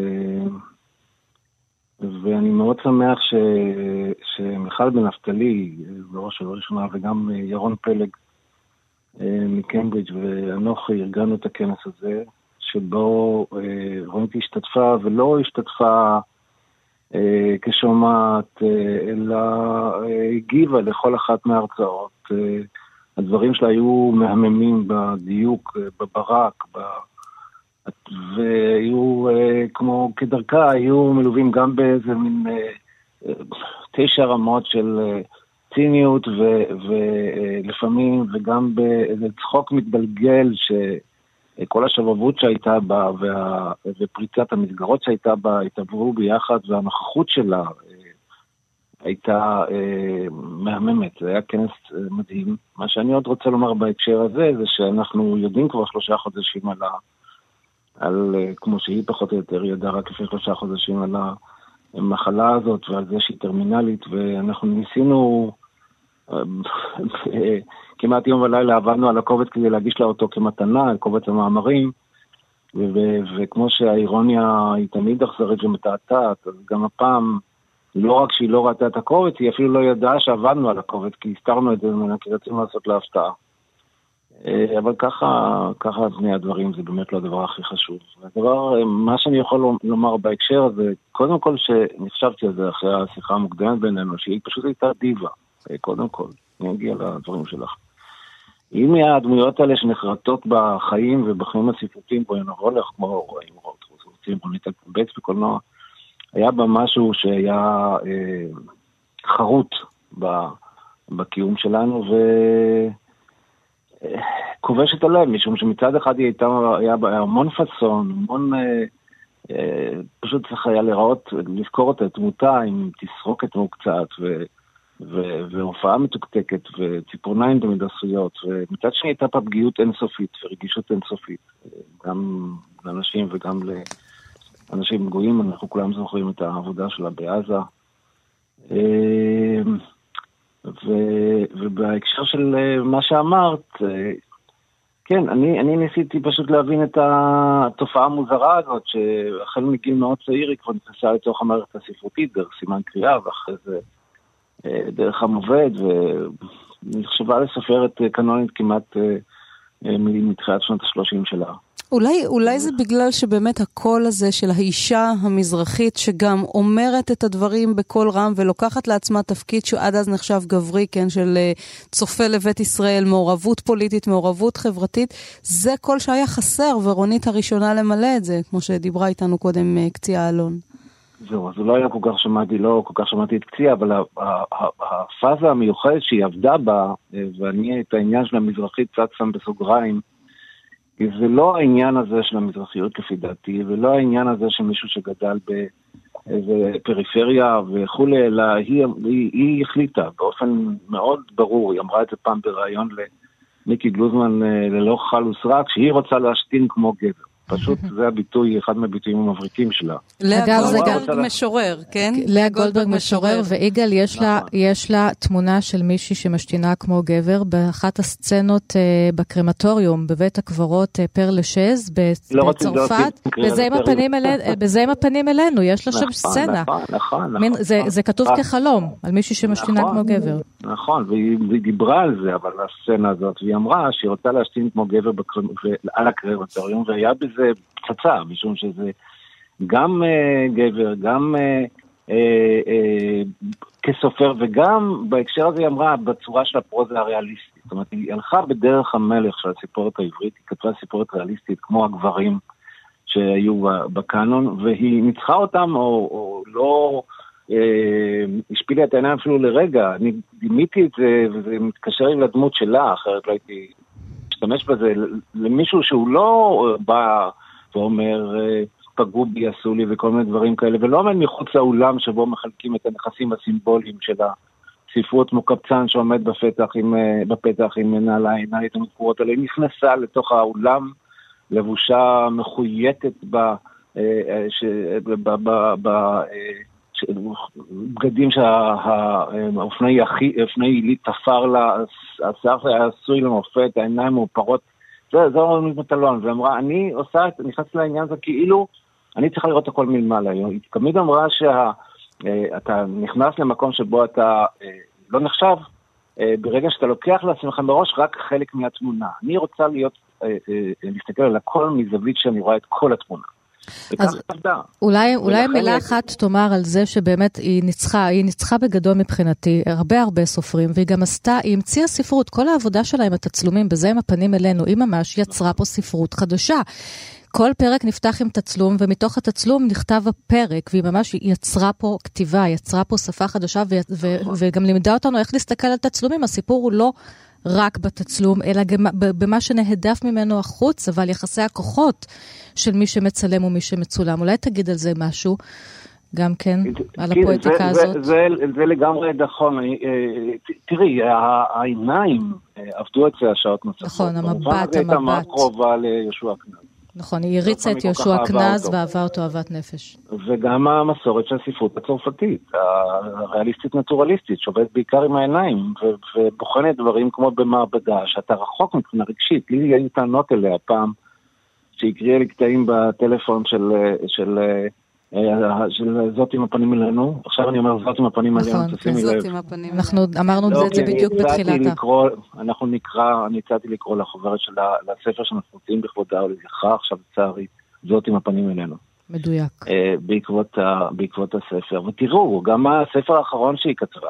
ואני מאוד שמח ש, שמיכל בן נפתלי, בראש של ראשונה, וגם ירון פלג מקיימברידג' ואנוכי ארגנו את הכנס הזה, שבו רונית השתתפה ולא השתתפה כשומעת, אלא הגיבה לכל אחת מההרצאות. הדברים שלה היו מהממים בדיוק, בברק, והיו כמו כדרכה, היו מלווים גם באיזה מין תשע רמות של ציניות, ולפעמים, וגם באיזה צחוק מתגלגל, שכל השבבות שהייתה בה, ופריצת המסגרות שהייתה בה, התעברו ביחד, והנוכחות שלה הייתה מהממת. זה היה כנס מדהים. מה שאני עוד רוצה לומר בהקשר הזה, זה שאנחנו יודעים כבר שלושה חודשים על ה... על, כמו שהיא פחות או יותר ידעה רק לפני שלושה חודשים על המחלה הזאת ועל זה שהיא טרמינלית, ואנחנו ניסינו כמעט יום ולילה עבדנו על הקובץ כדי להגיש לה אותו כמתנה, על קובץ המאמרים, ו- וכמו שהאירוניה היא תמיד אכזרית ומתעתעת, אז גם הפעם לא רק שהיא לא ראתה את הקובץ, היא אפילו לא ידעה שעבדנו על הקובץ, כי הסתרנו את זה ממנה, כי רצינו לעשות לה הפתעה. אבל ככה, ככה בני הדברים, זה באמת לא הדבר הכי חשוב. הדבר, מה שאני יכול לומר בהקשר הזה, קודם כל שנחשבתי על זה אחרי השיחה המוקדמת בינינו, שהיא פשוט הייתה דיבה, קודם כל, אני אגיע לדברים שלך. היא מהדמויות האלה שנחרטות בחיים ובחיים הספרותיים, בו ינבוא לך, כמו רואים, רוצים רונית בץ בקולנוע, היה בה משהו שהיה אה, חרוט בקיום שלנו, וכובש את הלב, משום שמצד אחד היא הייתה, היה בה המון פסון, המון, אה, אה, פשוט צריך היה לראות, לזכור אותה, את דמותה, אם תסרוק את מו קצת, ו... ו- והופעה מתוקתקת, וציפורניים תמיד עשויות, ומצד שני הייתה פה פגיעות אינסופית, ורגישות אינסופית, גם לאנשים וגם לאנשים גויים, אנחנו כולם זוכרים את העבודה שלה בעזה. ו- ובהקשר של מה שאמרת, כן, אני, אני ניסיתי פשוט להבין את התופעה המוזרה הזאת, שהחל מגיל מאוד צעיר היא כבר נכנסה לתוך המערכת הספרותית, דרך סימן קריאה, ואחרי זה דרך המובד, ונחשבה לסופרת קנונית כמעט מתחילת שנות השלושים שלה. אולי, אולי זה בגלל שבאמת הקול הזה של האישה המזרחית, שגם אומרת את הדברים בקול רם, ולוקחת לעצמה תפקיד שעד אז נחשב גברי, כן, של צופה לבית ישראל, מעורבות פוליטית, מעורבות חברתית, זה קול שהיה חסר, ורונית הראשונה למלא את זה, כמו שדיברה איתנו קודם קציעה אלון. זהו, אז לא היה כל כך שמעתי, לא כל כך שמעתי את קציעה, אבל הפאזה המיוחדת שהיא עבדה בה, ואני את העניין של המזרחית קצת שם בסוגריים, כי זה לא העניין הזה של המזרחיות לפי דעתי, ולא העניין הזה של מישהו שגדל באיזה פריפריה וכולי, אלא היא, היא, היא החליטה באופן מאוד ברור, היא אמרה את זה פעם בראיון למיקי גלוזמן ללא חל וסרק, שהיא רוצה להשתין כמו גבר. פשוט זה הביטוי, אחד מהביטויים המבריקים שלה. לאה גולדברג משורר, כן? לאה גולדברג משורר, ואיגל יש לה תמונה של מישהי שמשתינה כמו גבר, באחת הסצנות בקרמטוריום, בבית הקברות פר לשז, בצרפת, בזה עם הפנים אלינו, יש לה שם סצנה. נכון, נכון. זה כתוב כחלום, על מישהי שמשתינה כמו גבר. נכון, והיא דיברה על זה, אבל הסצנה הזאת, והיא אמרה שהיא רוצה להשתין כמו גבר על הקרמטוריום, והיה בזה זה פצצה, משום שזה גם uh, גבר, גם uh, uh, uh, כסופר, וגם בהקשר הזה היא אמרה בצורה של הפרוזה הריאליסטית. זאת אומרת, היא הלכה בדרך המלך של הסיפורת העברית, היא כתבה סיפורת ריאליסטית כמו הגברים שהיו בקאנון, והיא ניצחה אותם, או, או לא uh, השפילה את העיניים אפילו לרגע. אני דימיתי את זה, וזה מתקשר עם לדמות שלה, אחרת לא הייתי... להשתמש בזה למישהו שהוא לא בא ואומר פגעו בי, עשו לי וכל מיני דברים כאלה, ולא עומד מחוץ לאולם שבו מחלקים את הנכסים הסימבוליים של הספרות כמו קבצן שעומד בפתח עם, בפתח עם נעליים, נעלית המקורות האלה, היא נכנסה לתוך האולם לבושה מחויטת ב... ב... ב... ב... בגדים שהאופני עילית תפר לה, השיער היה עשוי למופת, העיניים מאופרות, זה לא מטלון, ואמרה, אני עושה, נכנס לעניין הזה כאילו, אני צריכה לראות הכל מלמעלה. היא תמיד אמרה שאתה נכנס למקום שבו אתה לא נחשב, ברגע שאתה לוקח לעצמך מראש רק חלק מהתמונה. אני רוצה להיות, להסתכל על הכל מזווית שאני רואה את כל התמונה. אז אולי, אולי מילה אחת תאמר על זה שבאמת היא ניצחה, היא ניצחה בגדול מבחינתי, הרבה הרבה סופרים, והיא גם עשתה, היא המציאה ספרות, כל העבודה שלה עם התצלומים, בזה עם הפנים אלינו, היא ממש יצרה פה ספרות חדשה. כל פרק נפתח עם תצלום, ומתוך התצלום נכתב הפרק, והיא ממש יצרה פה כתיבה, יצרה פה שפה חדשה, ו- ו- וגם לימדה אותנו איך להסתכל על תצלומים. הסיפור הוא לא רק בתצלום, אלא גם במה שנהדף ממנו החוץ, אבל יחסי הכוחות של מי שמצלם ומי שמצולם. אולי תגיד על זה משהו, גם כן, על הפואטיקה הזאת. זה לגמרי נכון. תראי, העיניים עבדו את זה השעות נוספות. נכון, המבט, המבט. המבט קרובה לישוע כנז. נכון, היא הריצה את יהושע כנז ואהבה אותו אהבת נפש. וגם המסורת של הספרות הצרפתית, הריאליסטית נטורליסטית, שעובדת בעיקר עם העיניים, ובוחנת דברים כמו במעבדה, שאתה רחוק מבחינה רגשית. לי היו טענות אליה פעם, שהקריאה לי קטעים בטלפון של, של, של זאת עם הפנים אלינו. עכשיו אני אומר זאת עם הפנים אלינו, תשימי לב. זאת עם הפנים. אנחנו אמרנו את זה בדיוק בתחילתה. אנחנו נקרא, אני הצעתי לקרוא לחוברת של הספר שאנחנו מוצאים בכבודה ולזכרה, עכשיו לצערי, זאת עם הפנים אלינו. מדויק. בעקבות, בעקבות הספר. ותראו, גם הספר האחרון שהיא כתבה,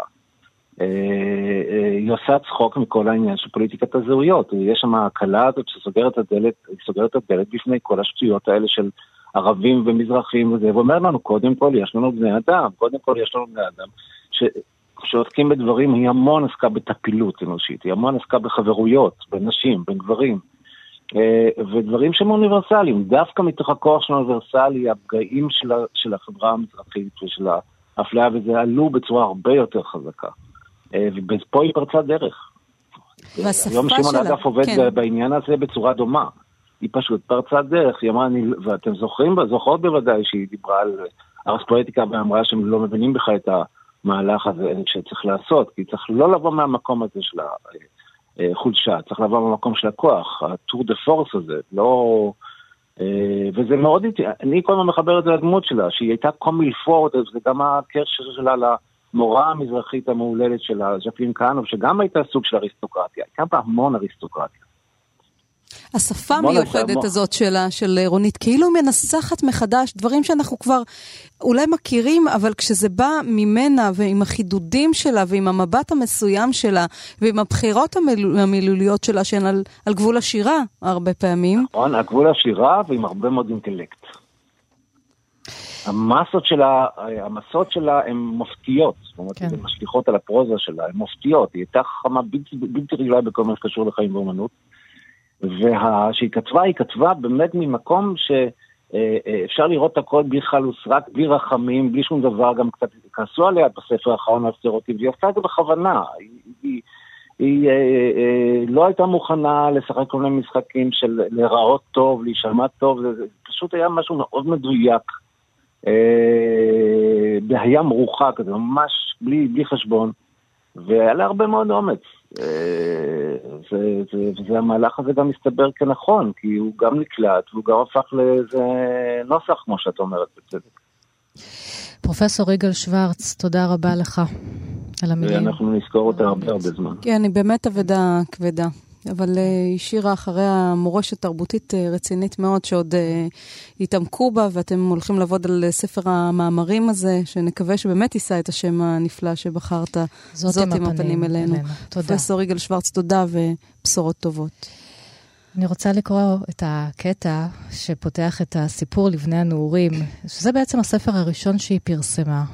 היא עושה צחוק מכל העניין של פוליטיקת הזהויות. יש שם הקלה הזאת שסוגרת הדלת, היא סוגרת הדלת בפני כל השטויות האלה של ערבים ומזרחים וזה, ואומר לנו, קודם כל יש לנו בני אדם, קודם כל יש לנו בני אדם, ש... שעוסקים בדברים, היא המון עסקה בטפילות אנושית, היא המון עסקה בחברויות, בין נשים, בין גברים, ודברים שהם אוניברסליים, דווקא מתוך הכוח של האוניברסלי, הפגעים של, של החברה המזרחית ושל האפליה, וזה עלו בצורה הרבה יותר חזקה. ופה היא פרצה דרך. היום שמעון אגף עובד כן. בעניין הזה בצורה דומה. היא פשוט פרצה דרך, היא אמרה, אני, ואתם זוכרים, זוכרות בוודאי שהיא דיברה על ארס פואטיקה, ואמרה שהם לא מבינים בכלל את המהלך הזה שצריך לעשות, כי צריך לא לבוא מהמקום הזה של החולשה, צריך לבוא מהמקום של הכוח, הטור דה פורס הזה, לא... וזה מאוד, אני כל הזמן מחבר את זה לדמות שלה, שהיא הייתה קומילפורט, זה גם הקשר שלה למורה המזרחית המעוללת שלה, ז'קלין כהנוב, שגם הייתה סוג של אריסטוקרטיה, הייתה בה המון אריסטוקרטיה. השפה המיוחדת הזאת שלה, של רונית, כאילו מנסחת מחדש דברים שאנחנו כבר אולי מכירים, אבל כשזה בא ממנה ועם החידודים שלה ועם המבט המסוים שלה ועם הבחירות המילוליות שלה שהן על, על גבול השירה הרבה פעמים. נכון, על גבול השירה ועם הרבה מאוד אינטלקט. המסות שלה, המסות שלה הן מופתיות, זאת אומרת, כן. הן משליחות על הפרוזה שלה, הן מופתיות, היא הייתה חכמה בלתי, בלתי רגילה בכל מה שקשור לחיים ואומנות. והשהיא כתבה, היא כתבה באמת ממקום שאפשר לראות הכל בלי חלוס, רק בלי רחמים, בלי שום דבר, גם קצת כעסו עליה בספר האחרון הסטריאוטיפ, והיא עשתה את זה בכוונה, היא, היא, היא אה, לא הייתה מוכנה לשחק כל מיני משחקים של להיראות טוב, להישמע טוב, זה, זה פשוט היה משהו מאוד מדויק, אה, בהיה מרוחה כזה, ממש בלי, בלי חשבון, והיה לה הרבה מאוד אומץ. וזה המהלך הזה גם מסתבר כנכון, כי הוא גם נקלט והוא גם הפך לאיזה נוסח, כמו שאת אומרת בצדק. פרופסור יגאל שוורץ, תודה רבה לך על המילים. ואנחנו נזכור אותה הרבה הרבה זמן. כן, היא באמת עבודה כבדה, אבל היא שירה אחריה מורשת תרבותית רצינית מאוד, שעוד התעמקו בה, ואתם הולכים לעבוד על ספר המאמרים הזה, שנקווה שבאמת יישא את השם הנפלא שבחרת. זאת, זאת עם הפנים אלינו. פרופסור יגאל שוורץ, תודה ובשורות טובות. אני רוצה לקרוא את הקטע שפותח את הסיפור לבני הנעורים, שזה בעצם הספר הראשון שהיא פרסמה,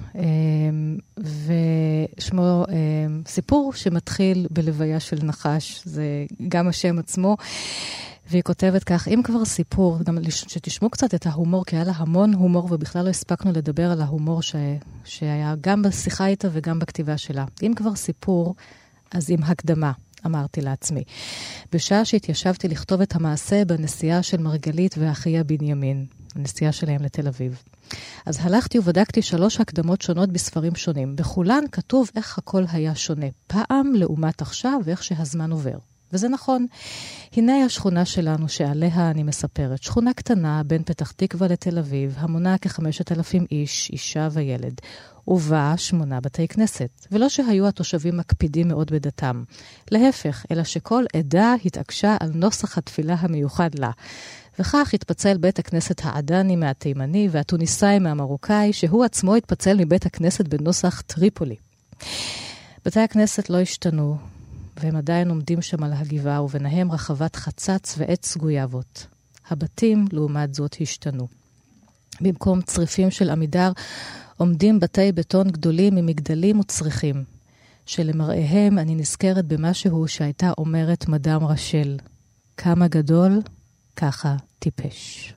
ושמו סיפור שמתחיל בלוויה של נחש, זה גם השם עצמו, והיא כותבת כך, אם כבר סיפור, גם שתשמעו קצת את ההומור, כי היה לה המון הומור, ובכלל לא הספקנו לדבר על ההומור ש... שהיה גם בשיחה איתה וגם בכתיבה שלה. אם כבר סיפור, אז עם הקדמה. אמרתי לעצמי. בשעה שהתיישבתי לכתוב את המעשה בנסיעה של מרגלית ואחיה בנימין, הנסיעה שלהם לתל אביב. אז הלכתי ובדקתי שלוש הקדמות שונות בספרים שונים. בכולן כתוב איך הכל היה שונה. פעם לעומת עכשיו ואיך שהזמן עובר. וזה נכון. הנה השכונה שלנו שעליה אני מספרת. שכונה קטנה בין פתח תקווה לתל אביב, המונה כחמשת אלפים איש, אישה וילד. ובה שמונה בתי כנסת. ולא שהיו התושבים מקפידים מאוד בדתם. להפך, אלא שכל עדה התעקשה על נוסח התפילה המיוחד לה. וכך התפצל בית הכנסת העדני מהתימני והטוניסאי מהמרוקאי, שהוא עצמו התפצל מבית הכנסת בנוסח טריפולי. בתי הכנסת לא השתנו, והם עדיין עומדים שם על הגבעה, וביניהם רחבת חצץ ועץ סגויאבות. הבתים, לעומת זאת, השתנו. במקום צריפים של עמידר, עומדים בתי בטון גדולים ממגדלים וצריכים, שלמראיהם אני נזכרת במשהו שהייתה אומרת מדם רשל. כמה גדול, ככה טיפש.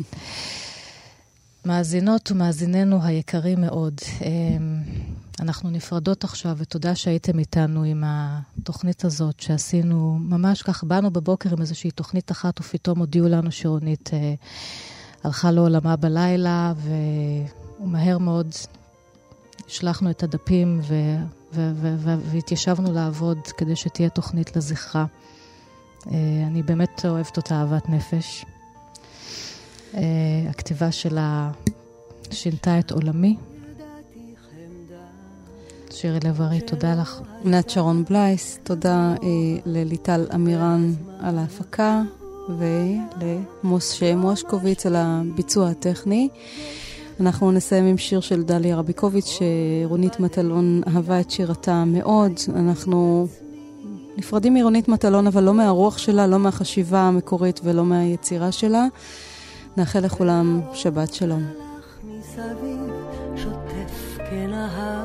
מאזינות ומאזיננו היקרים מאוד, אנחנו נפרדות עכשיו, ותודה שהייתם איתנו עם התוכנית הזאת שעשינו, ממש כך באנו בבוקר עם איזושהי תוכנית אחת, ופתאום הודיעו לנו שרונית אה, הלכה לעולמה בלילה, ומהר מאוד השלחנו את הדפים ו, ו, ו, ו, והתיישבנו לעבוד כדי שתהיה תוכנית לזכרה. אה, אני באמת אוהבת אותה אהבת נפש. אה, הכתיבה שלה שינתה את עולמי. שירי לב-ארי, תודה לך. ענת שרון בלייס, תודה אה, לליטל אמירן על ההפקה, ולמשה מושקוביץ על הביצוע הטכני. אנחנו נסיים עם שיר של דליה רביקוביץ', שרונית מטלון אהבה את שירתה מאוד. אנחנו נפרדים מרונית מטלון, אבל לא מהרוח שלה, לא מהחשיבה המקורית ולא מהיצירה שלה. נאחל לכולם שבת שלום. שוטף כנהר